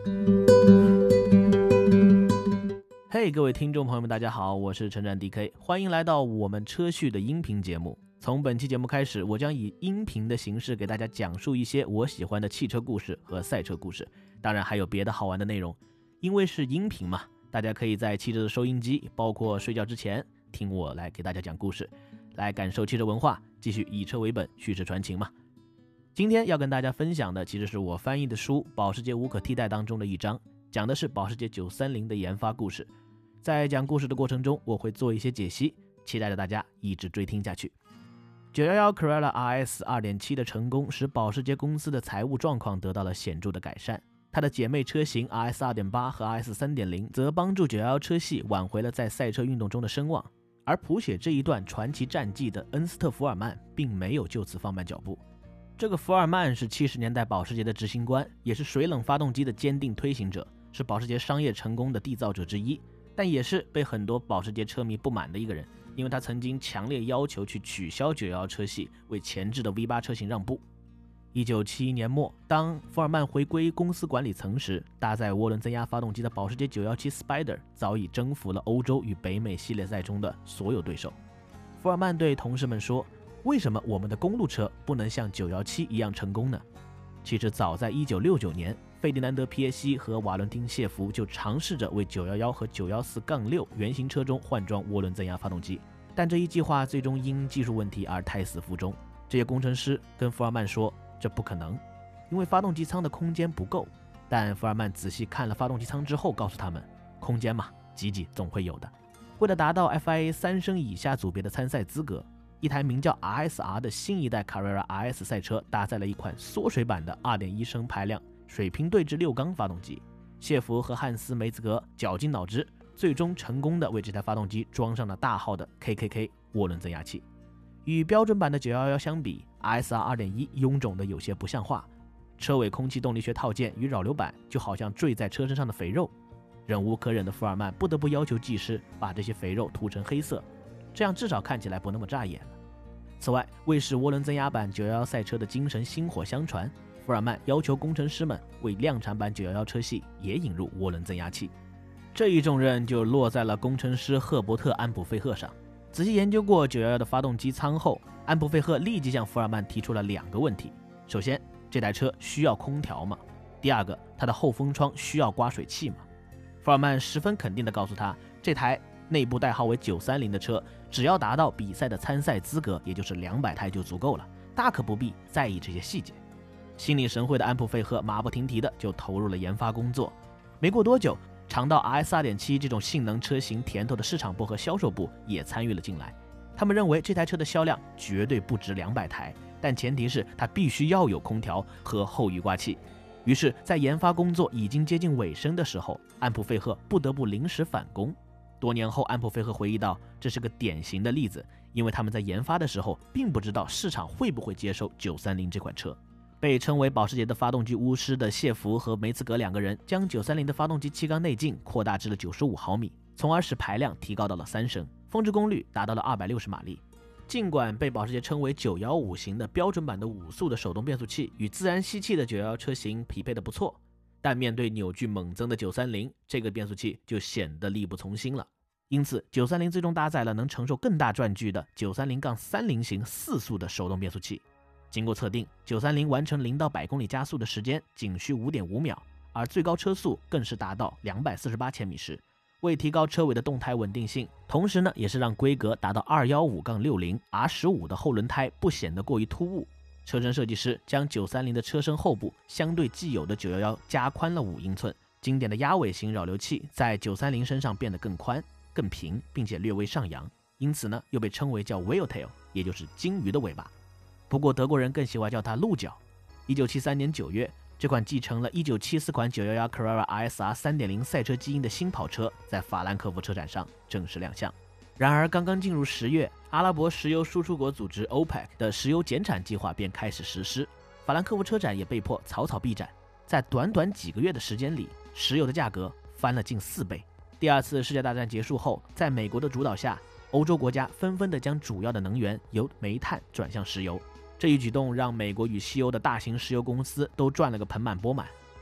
嘿，各位听众朋友们，大家好，我是陈战 DK， 欢迎来到我们车序的音频节目。从本期节目开始，我将以音频的形式给大家讲述一些我喜欢的汽车故事和赛车故事，当然还有别的好玩的内容。因为是音频嘛，大家可以在汽车的收音机，包括睡觉之前听我来给大家讲故事，来感受汽车文化，继续以车为本，叙事传情嘛。今天要跟大家分享的其实是我翻译的书《保时捷无可替代》当中的一章，讲的是保时捷930的研发故事。在讲故事的过程中，我会做一些解析，期待着大家一直追听下去。911 Carrera RS 2.7 的成功使保时捷公司的财务状况得到了显著的改善，它的姐妹车型 RS 2.8 和 RS 3.0 则帮助911车系挽回了在赛车运动中的声望。而谱写这一段传奇战绩的恩斯特·福尔曼并没有就此放慢脚步。这个福尔曼是70年代保时捷的执行官，也是水冷发动机的坚定推行者，是保时捷商业成功的缔造者之一，但也是被很多保时捷车迷不满的一个人，因为他曾经强烈要求去取消911车系，为前置的 V8 车型让步。1971年末，当福尔曼回归公司管理层时，搭载涡轮增压发动机的保时捷917 Spider 早已征服了欧洲与北美系列赛中的所有对手。福尔曼对同事们说，为什么我们的公路车不能像917一样成功呢？其实早在1969年，费迪南德·皮耶西和瓦伦汀·谢弗就尝试着为911和914-6原型车中换装涡轮增压发动机，但这一计划最终因技术问题而胎死腹中。这些工程师跟福尔曼说，这不可能，因为发动机舱的空间不够。但福尔曼仔细看了发动机舱之后，告诉他们，空间嘛，挤挤总会有的。为了达到 FIA 3升以下组别的参赛资格，一台名叫 RSR 的新一代 Carrera RS 赛车搭载了一款缩水版的 2.1 升排量水平对置6缸发动机。谢弗和汉斯梅兹格绞尽脑汁，最终成功的为这台发动机装上了大号的 KKK 涡轮增压器。与标准版的911相比， RSR 2.1 臃肿的有些不像话，车尾空气动力学套件与扰流板就好像坠在车身上的肥肉。忍无可忍的福尔曼不得不要求技师把这些肥肉涂成黑色，这样至少看起来不那么扎眼了。此外，为使涡轮增压版911赛车的精神薪火相传，福尔曼要求工程师们为量产版911车系也引入涡轮增压器。这一重任就落在了工程师赫伯特·安普费赫上。仔细研究过911的发动机舱后，安普费赫立即向福尔曼提出了2个问题。首先，这台车需要空调吗？第二个，它的后风窗需要刮水器吗？福尔曼十分肯定地告诉他，这台内部代号为930的车，只要达到比赛的参赛资格，也就是200台就足够了，大可不必在意这些细节。心领神会的安普费赫马不停蹄的就投入了研发工作。没过多久，尝到 RS 2.7 这种性能车型甜头的市场部和销售部也参与了进来。他们认为这台车的销量绝对不止200台，但前提是它必须要有空调和后雨刮器。于是在研发工作已经接近尾声的时候，安普费赫不得不临时返工。多年后，安普费赫回忆到，这是个典型的例子，因为他们在研发的时候并不知道市场会不会接受930这款车。被称为保时捷的发动机巫师的谢弗和梅茨格2个人将930的发动机气缸内径扩大至了95毫米，从而使排量提高到了3升，峰值功率达到了260马力。尽管被保时捷称为915型的标准版的5速的手动变速器与自然吸气的911车型匹配的不错，但面对扭矩猛增的930，这个变速器就显得力不从心了。因此930最终搭载了能承受更大转距的930-30型4速的手动变速器。经过测定，930完成0到100公里加速的时间仅需 5.5 秒，而最高车速更是达到248千米时。为提高车尾的动态稳定性，同时呢，也是让规格达到 215-60 R15 的后轮胎不显得过于突兀，车身设计师将930的车身后部相对既有的911加宽了5英寸，经典的鸭尾型扰流器在930身上变得更宽、更平，并且略微上扬，因此呢，又被称为叫 whale tail， 也就是鲸鱼的尾巴。不过德国人更喜欢叫它鹿角。1973年9月，这款继承了1974款911 Carrera RSR 3.0 赛车基因的新跑车在法兰克福车展上正式亮相。然而刚刚进入10月，阿拉伯石油输出国组织 OPEC 的石油减产计划便开始实施，法兰克福车展也被迫草草闭展。在短短几个月的时间里，石油的价格翻了近4倍。第二次世界大战结束后，在美国的主导下，欧洲国家纷纷地将主要的能源由煤炭转向石油。这一举动让美国与西欧的大型石油公司都赚了个盆满钵满，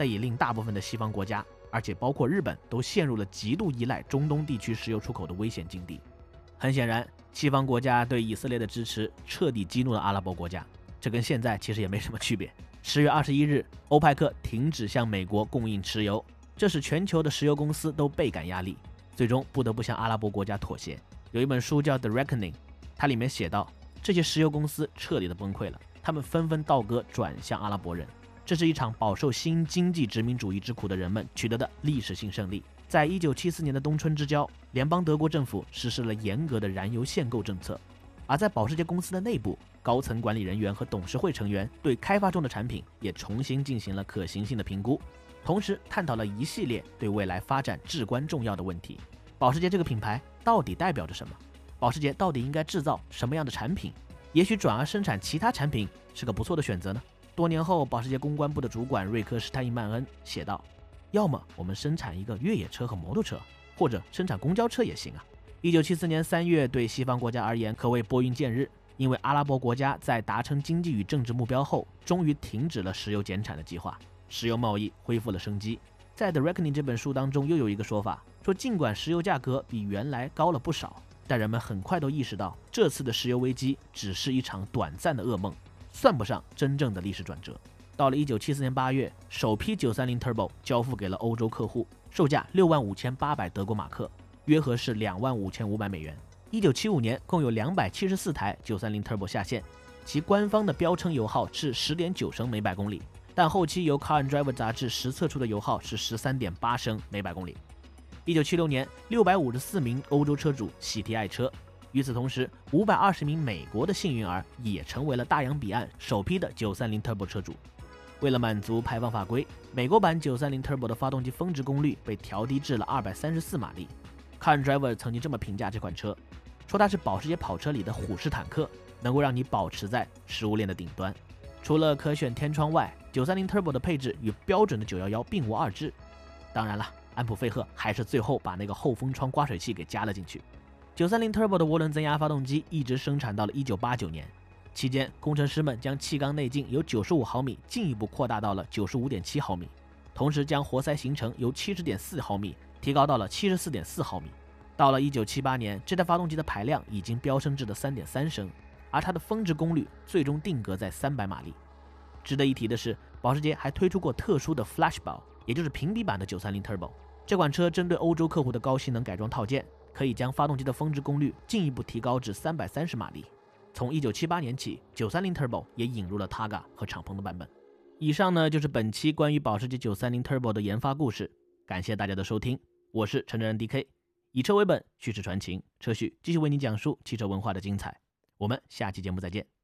但也令大部分的西方国家，而且包括日本，都陷入了极度依赖中东地区石油出口的危险境地。很显然，西方国家对以色列的支持彻底激怒了阿拉伯国家，这跟现在其实也没什么区别。10月21日，欧派克停止向美国供应石油，这使全球的石油公司都倍感压力，最终不得不向阿拉伯国家妥协。有一本书叫《The Reckoning》，它里面写道，这些石油公司彻底的崩溃了，他们纷纷倒戈转向阿拉伯人。这是一场饱受新经济殖民主义之苦的人们取得的历史性胜利。在1974年的冬春之交，联邦德国政府实施了严格的燃油限购政策，而在保时捷公司的内部，高层管理人员和董事会成员对开发中的产品也重新进行了可行性的评估，同时探讨了一系列对未来发展至关重要的问题。保时捷这个品牌到底代表着什么？保时捷到底应该制造什么样的产品？也许转而生产其他产品是个不错的选择呢？多年后，保时捷公关部的主管瑞科·施泰因曼恩写道，要么我们生产一个越野车和摩托车，或者生产公交车也行啊。1974年3月对西方国家而言可谓拨云见日，因为阿拉伯国家在达成经济与政治目标后，终于停止了石油减产的计划，石油贸易恢复了生机。在《The Reckoning》这本书当中，又有一个说法，说尽管石油价格比原来高了不少，但人们很快都意识到，这次的石油危机只是一场短暂的噩梦，算不上真正的历史转折。到了1974年8月，首批930 Turbo 交付给了欧洲客户，售价65800德国马克，约合是25500美元。1975年共有274台930 Turbo 下线，其官方的标称油耗是 10.9 升每百公里，但后期由 Car and Driver 杂志实测出的油耗是 13.8 升每百公里。1976年，654名欧洲车主喜提爱车，与此同时，520名美国的幸运儿也成为了大洋彼岸首批的930 Turbo 车主。为了满足排放法规，美国版930 Turbo 的发动机峰值功率被调低至了234马力。Car and Driver 曾经这么评价这款车，说它是保时捷跑车里的虎式坦克，能够让你保持在食物链的顶端。除了可选天窗外，930 Turbo 的配置与标准的911并无二致。当然了，安普费赫还是最后把那个后风窗刮水器给加了进去。930 Turbo 的涡轮增压发动机一直生产到了1989年，期间工程师们将气缸内径由95毫米进一步扩大到了95.7毫米，同时将活塞行程由70.4毫米提高到了74.4毫米。到了1978年，这台发动机的排量已经飙升至了 3.3 升，而它的峰值功率最终定格在300马力。值得一提的是，保时捷还推出过特殊的 Flashball， 也就是平底版的930 Turbo。这款车针对欧洲客户的高性能改装套件，可以将发动机的峰值功率进一步提高至330马力。从1978年起，930 Turbo 也引入了 Targa 和敞篷的版本。以上呢就是本期关于保时捷930 Turbo 的研发故事，感谢大家的收听，我是陈真 DK， 以车为本，叙事传情，车序继续为你讲述汽车文化的精彩。我们下期节目再见。